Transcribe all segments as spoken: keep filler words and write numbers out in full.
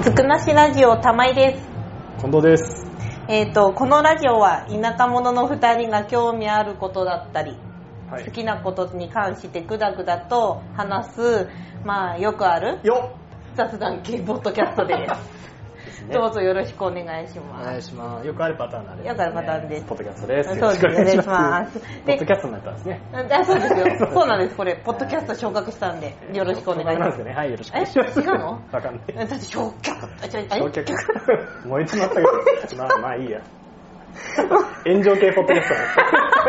ずくなしラジオ玉井です。 近藤です。 えーと、このラジオは田舎者のふたりが興味あることだったり、はい、好きなことに関してグダグダと話す、まあよくあるよ雑談系ポッドキャストです。ね、どうぞよろしくお願いします。 お願いします。よくあるパターンなんです、ね。 よくあるパターンです。 ポッドキャストです。 そうです。お願いします。 ポッドキャストになったんですね。 あ、そうですよ。そうなんです。これポッドキャスト昇格したんでよろしくお願いします。 ね、はい、よろしくお願いします。 え、違うの？ わかんない。 だって昇格。あ、違う、 昇格。燃えちまったけど、まあまあいいや。炎上系ポッドキャストです。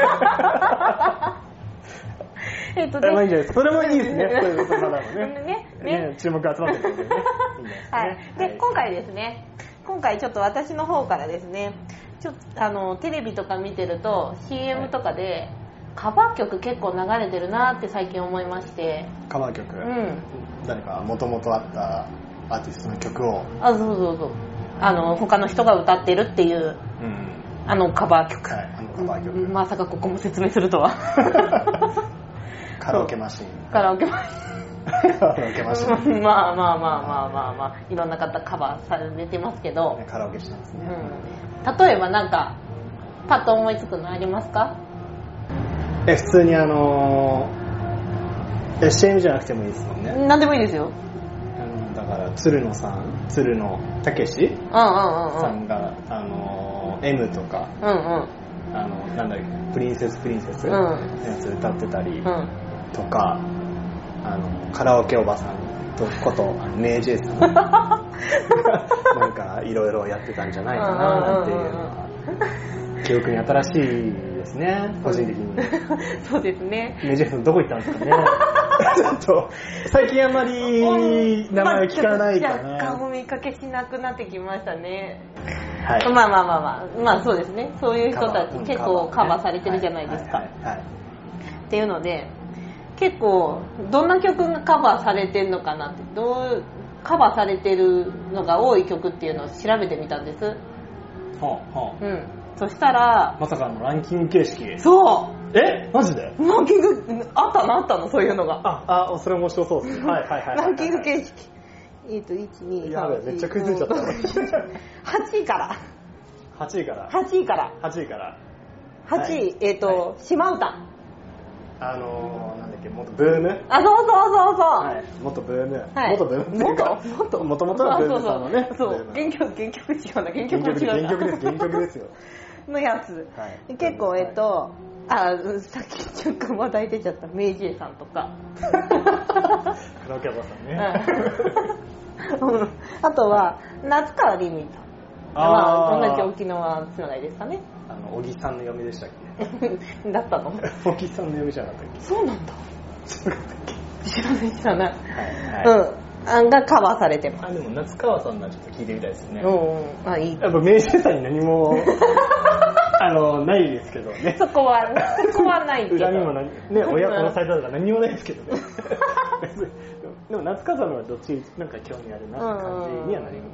えっとね、 まあいいじゃないですか。それもいいですね。そういうことまだもね。 ね、 ね、注目集まってるんでね。 はい。で、今回ですね、今回ちょっと私の方からですね、ちょっとあのテレビとか見てると シーエム とかでカバー曲結構流れてるなって最近思いまして。 カバー曲。 うん。 誰か元々あったアーティストの曲を。 あ、そうそうそう。あの他の人が歌ってるっていう。うん。あのカバー曲。 はい。あのカバー曲。 まさかここも説明するとは。 カラオケマシン。 カラオケマシン。 カラオケマシン。 まあまあまあまあまあまあ、いろんな方カバーされてますけど。 カラオケしてますね。 うん、例えばなんかパッと思いつくのありますか？ え、普通にあのー、シーエム じゃなくてもいいですもんね。 なんでもいいですよ。 あのだから鶴野さん、鶴野武史さんがあのー、M とか。うんうん。あのなんだっけプリンセスプリンセスのやつ歌ってたりとか、うん、あのカラオケおばさんとことあのメイジェイさんなんかいろいろやってたんじゃないかなっていうのは記憶に新しいですね、個人的に。 そうですね。 メイジェイさんどこ行ったんですかね。ちょっと最近あまり名前聞かないかな。 若干お見かけしなくなってきましたね。 はい、 まあまあまあまあ、まあそうですね。そういう人たち結構カバーされてるじゃないですか。っていうので、結構どんな曲がカバーされてるのかなって、どうカバーされてるのが多い曲っていうのを調べてみたんです。 はあはあ、 うん。そしたらまさかのランキング形式。 そう。 え、マジで？ ランキングあったのあったのそういうのが。 ああ、それ面白そうですね。はいはいはい。 ランキング形式。えっといち、に、 やべえ、めっちゃ食いついちゃった。 はちいから。 はちいから。 はちいから。 はちいから。 はちい、はい、えっ、ー、と、はい、島唄。 あのー、なんだっけ、元ブーム。 あ、そうそうそうそう。 はい、元ブーム。はい、元ブーム。元元元々はブームさんのね。 そうそうそう。原曲原曲違うな原曲違うな。 原曲です原曲ですよ。 のやつ。はい、結構えっ、ー、と。あ、さっき若干話題出ちゃったメイジェイさんとかカラオケおばさんね。 あとは夏川りみさん、まあ同じ沖縄つながりですかね。 あの小木さんの嫁でしたっけ？だったの？ 小木さんの嫁じゃなかったっけ？ そうなんだ。知らない知らない。 はいはい。 うん。あんがカバーされてます。 あ、でも夏川さんのちょっと聞いてみたいですね。 うん。あ、いい。 やっぱメイジェイさんに何もあのないですけどね。 そこはそこはないけど。 恨みも何ね、親子のサイトとか何もないですけどね。でも夏川さんのはどっちなんか興味あるなって感じにはなります。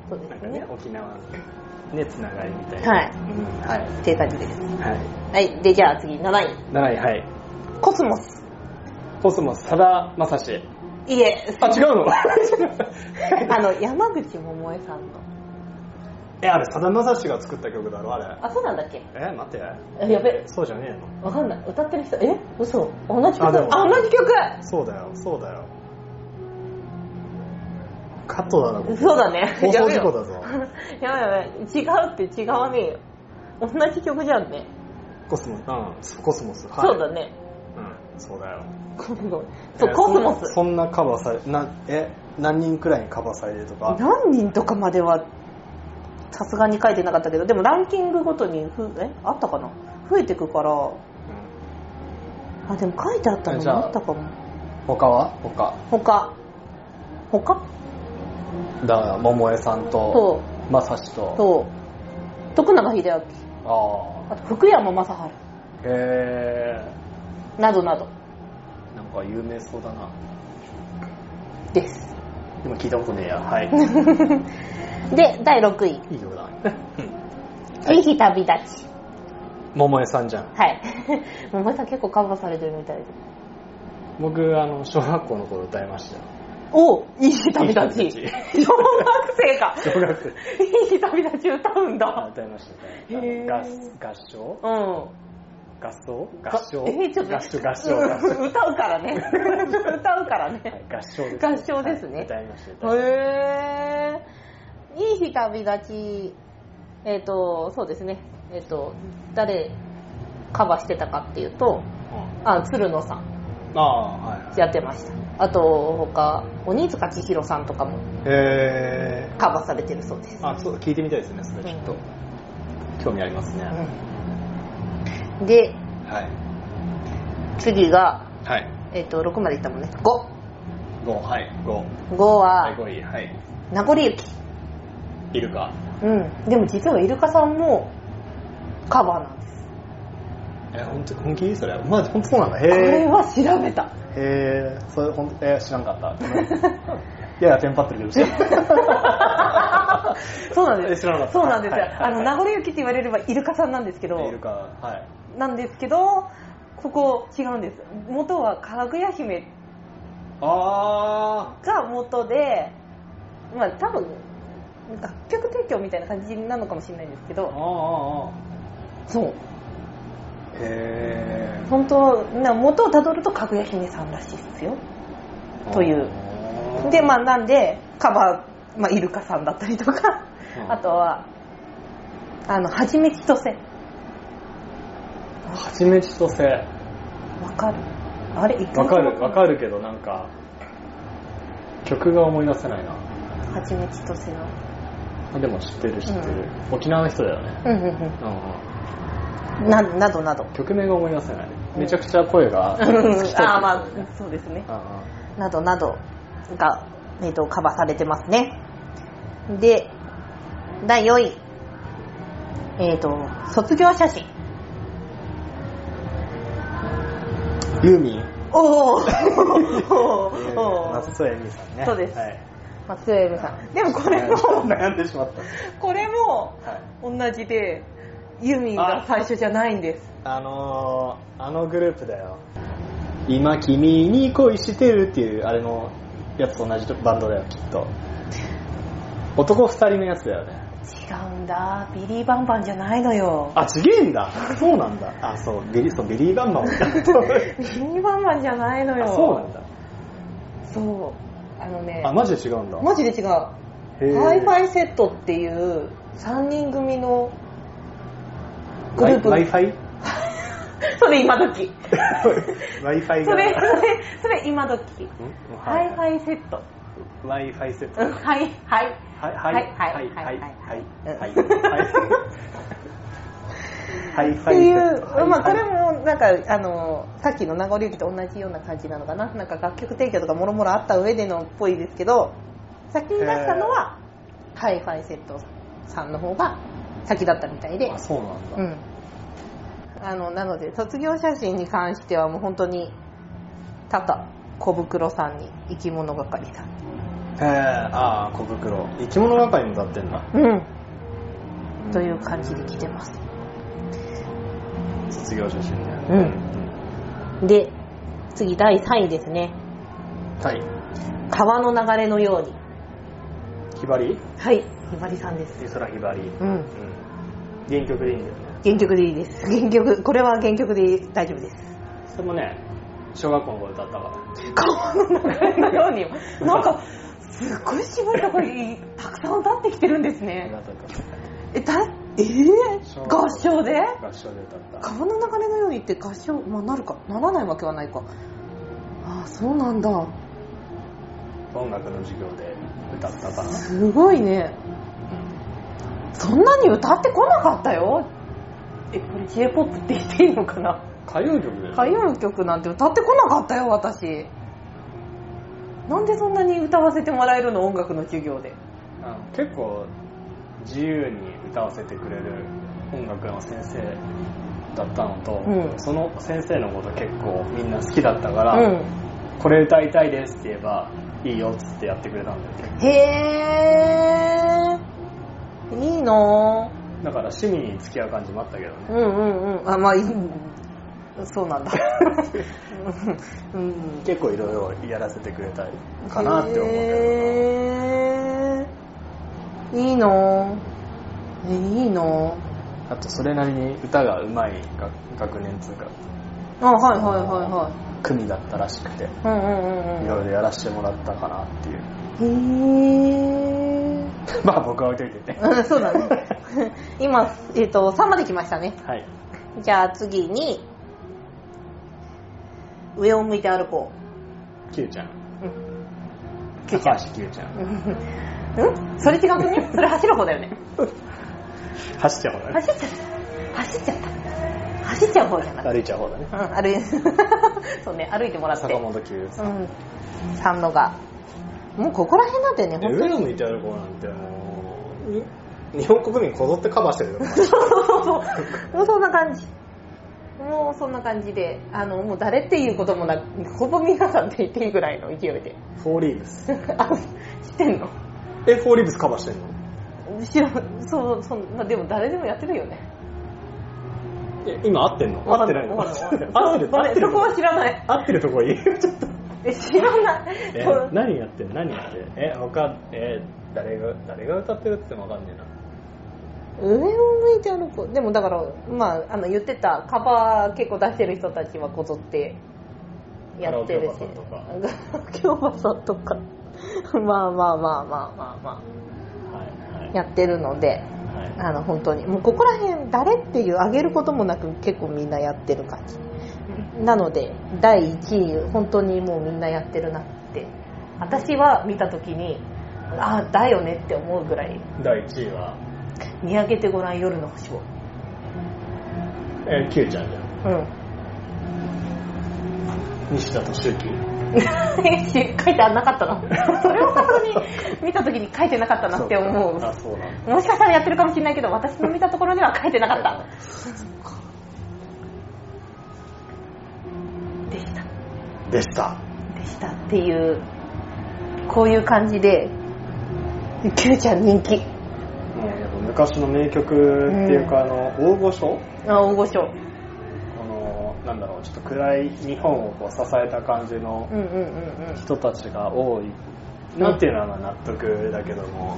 そうですね。なんかね、沖縄ねつながりみたいな。 はい。うん、はい。っていう感じです。 はい。 はい。でじゃあ次なない。 なないはい。 コスモス。 コスモスさだまさし。 いえ。 あ、違うの？ あの山口百恵さんの。 え、あれさだまさしが作った曲だろあれ。 あ、そうなんだっけ？ え、待って。 え、やべ。 そうじゃねえの？わかんない。歌ってる人、え？嘘。同じ曲。 あ、 あ、同じ曲。 そうだよ、そうだよ。カットだな。 そうだね。 放送事故だぞ。 やばいやばい。違うって違わねえよ。同じ曲じゃんね。 コスモス。うん、コスモス。 はい、そうだね。 うん、そうだよ。 そう、コスモス。 そんなカバーされ、な、え、何人くらいにカバーされるとか？ 何人とかまではさすがに書いてなかったけど、でもランキングごとにふえあったかな、増えてくから、うん、あ、でも書いてあったのもあったかも。 他は？他他他だから桃江さんとまさしとそう徳永英明、ああと福山雅治、へえなどなど。 なんか有名そうだなです。 でも聞いたことねえや。はい。 でだいろくい、 いい曲だ。 いい日旅立ち。 桃江さんじゃん。 はい。桃江さん結構カバーされてるみたいで。 僕あの小学校の頃歌いましたよ。 おいい日旅立ち。小学生か。 小学生。 いい日旅立ち歌うんだ。 歌いましたね。合合唱？うん。合奏？合唱？ えー、ちょっと合唱合唱合唱。 歌うからね。歌うからね。 はい、合唱です。 合唱ですね。 歌いました。 へー。いい日旅立ち、えっとそうですね。えっと誰カバーしてたかっていうと、あ鶴野さん。 ああはい。 やってました。あと他鬼塚千尋さんとかもへカバーされてるそうです。 あ、そう聞いてみたいですね。それちょっと、うん、興味ありますね。 うん、で、 はい、 次が、 はい、 えっとろくまでいったもんね。ご。 ごはいご。 ごは、 はい、ごいはい名残雪。 イルカ。 うん。でも実はイルカさんもカバーなんです。 え本当本気それ？まあ本当そうなんだ。へえ。 これは調べた。 へえ。それ本当え知らんかった。いやテンパってるけど。 そうなんです。 知らなかった。 そうなんですよ。 はいはいはい、 あの名残雪って言われればイルカさんなんですけど。 イルカはい。 なんですけどここ違うんです。元はかぐや姫あが元で、まあ多分楽曲提供みたいな感じなのかもしれないんですけど。 ああそう。 へー。 本当な元をたどるとかぐや姫さんらしいですよというで、まあなんでカバー、まあ、イルカさんだったりとか、うん、あとはあのはちみちとせはちみちとせわかるあれわかるわかるけどなんか曲が思い出せないな。 はちみちとせのあでも知ってる知ってる、うん、沖縄の人だよね。 うんうんうん、うん、な, などなど曲名が思い出せない。めちゃくちゃ声が好きそう、 ああまあそうですね。などなどが、えー、とカバーされてますね。でだいよんい、えー、と卒業写真ユーミン。 おお松任谷由実さんね。 そうです、 はい、 松任谷由実さん。でもこれも悩んでしまったこれも同じでユーミンが最初じゃないんです。 あ、あのー、あのグループだよ。今君に恋してるっていうあれのやつと同じバンドだよきっと。男ふたりのやつだよね。 違うんだ、ビリーバンバンじゃないのよ。 あ、違えんだ。そうなんだ。あ、そうビリそうビリーバンバンもビリーバンバンじゃないのよ。 そうなんだ。 そうあのね。 あ、マジで違うんだ。 マジで違う。ハイファイセットっていうさんにん組のグループ。 Wi-Fi？ それ今時。 Wi-Fi が。 それそれそれ今時。ハイファイセット。 Wi-Fi セット。 はいはいはいはいはいはいはいはいっていう、まあこれもなんかあのさっきの名残雪と同じような感じなのかな。なんか楽曲提供とかもろもろあった上でのっぽいですけど、先に出したのはハイファイセットさんの方が先だったみたいで。 あ、そうなんだ。 うん。あのなので卒業写真に関してはもう本当にただ小袋さんに生き物係だ。 へえ、ああ小袋生き物係に歌ってんだ。 うん。という感じで来てます。 卒業写真ね。 うん。で次だいさんいですね。 はい。 川の流れのように。 ひばり？ はい、ひばりさんです。 美空ひばり。 うん。うん、 原曲でいいんだよね。 原曲でいいです。原曲、これは原曲で大丈夫です。 それもね、小学校の頃歌ったから。 川の流れのように。なんかすっごい絞りところたくさん歌ってきてるんですね。え、だ、えー、合唱で？ 合唱で歌った。 川の流れのようにって合唱、まあ、なるかならないわけはないか。ああ、そうなんだ。 音楽の授業で歌ったかな。 すごいね。そんなに歌ってこなかったよ。え、これ J-ポップ って言っていいのかな。 歌謡曲だよね。 歌謡曲なんて歌ってこなかったよ私。なんでそんなに歌わせてもらえるの、音楽の授業で。 あの結構自由に歌わせてくれる音楽の先生だったのと、うん、その先生のこと結構みんな好きだったから、うん、これ歌いたいですって言えばいいよっつってやってくれたんだよ。 へー、いいな。 だから趣味に付き合う感じもあったけどね。 うんうんうん。あ、まあそうなんだ、 うん、結構いろいろやらせてくれたりかなって思うけど、 へー、いいのえいいのあとそれなりに歌がうまい学年通か、 あ、はいはいはいはい、 組だったらしくて、 うんうんうんうん、 いろいろやらせてもらったかなっていう。 へーまあ僕は置いといてね。 うん、そうだね。今、えっと、さんまで来ましたね。 はい。 じゃあ次に、上を向いて歩こう。キューちゃん。うん。 キューちゃん。 高橋キューちゃん。 うん？それ違くね？それ走る方だよね。 走っちゃう方だね。 走っちゃった。走っちゃった。走っちゃう方じゃなくて。 歩いちゃう方だね。 うん、歩い、そうね、歩いてもらって。 坂本九さん。 うん。さんのが。もうここら辺なんてね、 本当に。上を向いて歩こうなんてもう、日本国民こぞってカバーしてるよ。 そうそうそう。もうそんな感じ。もうそんな感じで、あの、もう誰っていうこともなく、ほぼ皆さんって言っていいぐらいの勢いで。 フォーリーブス。 あ、知ってんの？ え、フォーリーブスカバーしてんの？ 知らん、そう、そう、まあ、でも誰でもやってるよね。 え、今合ってんの？合ってないの？合ってる。合ってる。 そこは知らない。 合ってるとこいい？ちょっと。 え、知らない。 え、何やってんの？何やってんの？え、他、え、誰が、誰が歌ってるってもわかんねえな。 上を向いて歩こう。でもだから、まあ、あの言ってたカバー結構出してる人たちはこぞってやってるし、京馬さんとかまあまあまあまあまあまあ、はいはい、やってるので、はい、あの本当にもうここら辺誰っていうあげることもなく結構みんなやってる感じなので、だいいちい本当にもうみんなやってるなって私は見た時に、ああだよねって思うぐらい。 だいいちいは見上げてごらん夜の星を。 え、キューちゃんじゃん。うん。西田敏行。 書いてなかったの？それを本当に見た時に書いてなかったなって思う。 あ、そうなんだ。 もしかしたらやってるかもしれないけど、私の見たところには書いてなかった。でした。 でした。 でしたっていう、こういう感じで、キューちゃん人気。 昔の名曲っていうか、うん、あの大御所あ大御所あのなんだろうちょっと暗い日本をこう支えた感じの人たちが多いなっていうのは納得だけども、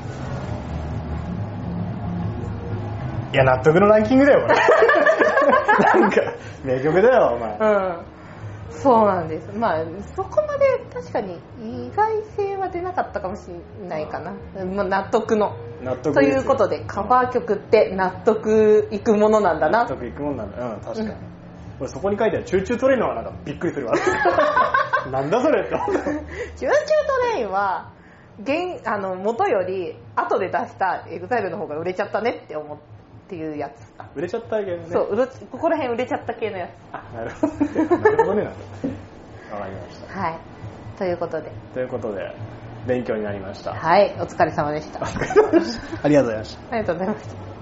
いや納得のランキングだよなんか名曲だよお前、 うん、そうなんです。まあそこまで確かに意外性は出なかったかもしれないかな、まあ、納得の納得ということでカバー曲って納得いくものなんだな。 納得いくもんなんだ。うん確かに。うん、俺そこに書いてあるチューチュートレインはなんかびっくりするわ。なんだそれって。チューチュートレインは現あの元より後で出したエグザイルの方が売れちゃったねって思っていうやつ。 あ売れちゃったけどね。 そううろここら辺売れちゃった系のやつ。 あなるほどね。なるほどねなんだ。わかりました。 はい。ということで。 ということで。勉強になりました。 はい、お疲れ様でした。 ありがとうございました。 ありがとうございました。